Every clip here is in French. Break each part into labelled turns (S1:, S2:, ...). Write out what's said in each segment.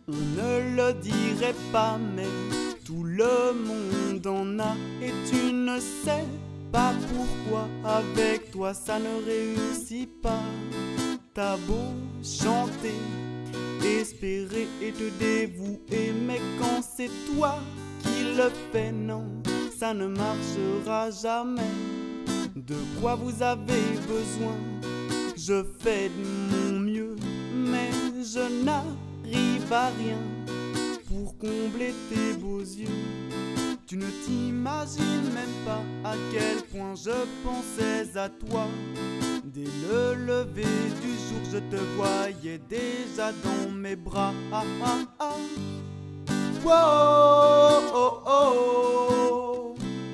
S1: On ne le dirait pas, mais tout le monde en a. Et tu ne sais pas pourquoi avec toi ça ne réussit pas. T'as beau chanter, espérer et te dévouer, mais quand c'est toi qui le fais, non, ça ne marchera jamais. De quoi vous avez besoin? Je fais de mon mieux, mais je n'arrive à rien pour combler tes beaux yeux. Tu ne t'imagines même pas à quel point je pensais à toi. Dès le lever du jour, je te voyais déjà dans mes bras. Ah, ah, ah. Wow, oh, oh.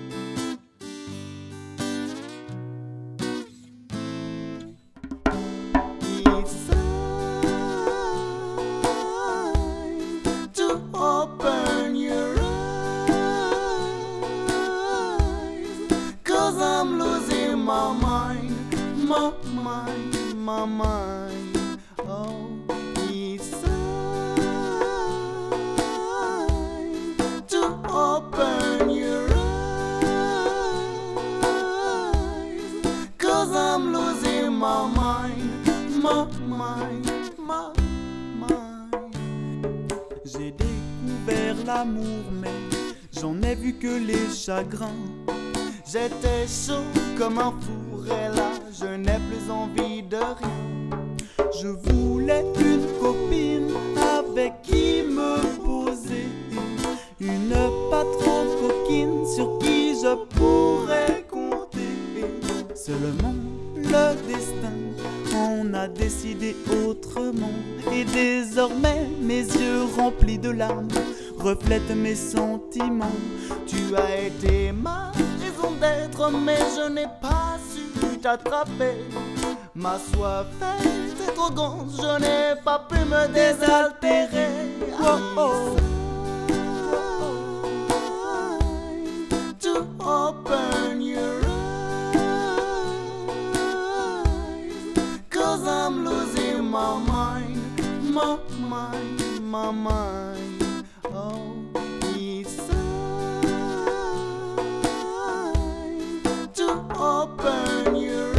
S1: It's time to open your eyes, 'cause I'm losing my mind, my mind, my mind. Oh, it's time to open your eyes, 'cause I'm losing my mind, my mind, my mind. J'ai découvert l'amour, mais j'en ai vu que les chagrins. J'étais chaud comme un four et là je n'ai plus envie de rien. Je voulais une copine avec qui me poser, une pas trop coquine sur qui je pourrais compter. Seulement le destin en a décidé autrement, et désormais mes yeux remplis de larmes reflètent mes sentiments. Tu as été ma raison d'être, mais je n'ai pas su t'attraper. Ma soif était trop grande, je n'ai pas pu me désaltérer. Oh, oh. To open your eyes, 'cause I'm losing my mind, my mind, my mind. Oh, it's time to open your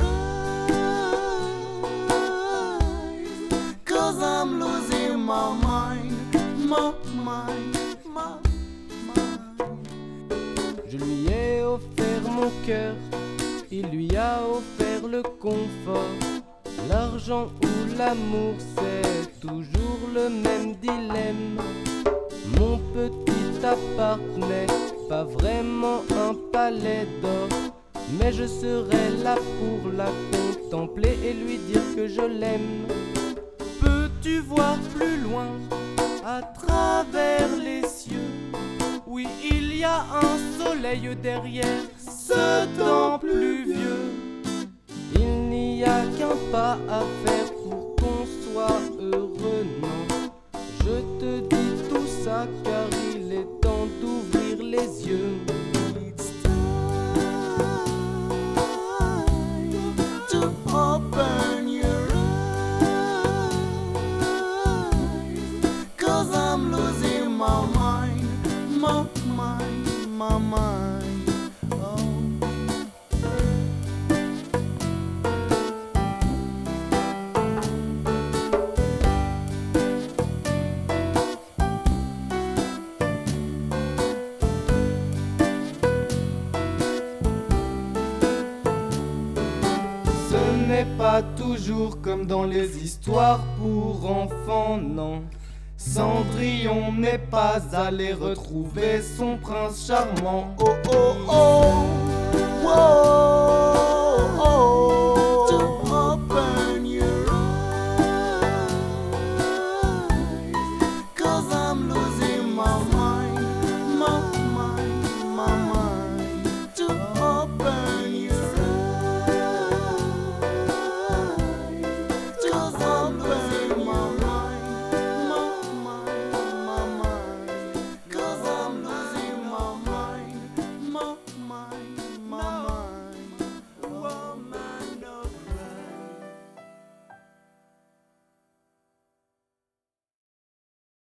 S1: eyes, 'cause I'm losing my mind, my mind, my mind.
S2: Je lui ai offert mon cœur, il lui a offert le confort. L'argent ou l'amour, c'est toujours le même dilemme. Mon petit appart n'est pas vraiment un palais d'or, mais je serai là pour la contempler et lui dire que je l'aime.
S1: Peux-tu voir plus loin à travers les cieux? Oui, il y a un soleil derrière ce temps pluvieux.
S2: Il n'y a qu'un pas à faire pour qu'on soit heureux, non. Je te dis tout ça car il est temps d'ouvrir les yeux.
S1: It's time to open your eyes, 'cause I'm losing my mind, my mind, my mind. Oh.
S2: Ce n'est pas toujours comme dans les histoires pour enfants, non. Cendrillon n'est pas allé retrouver son prince charmant.
S1: Oh, oh, oh, wow.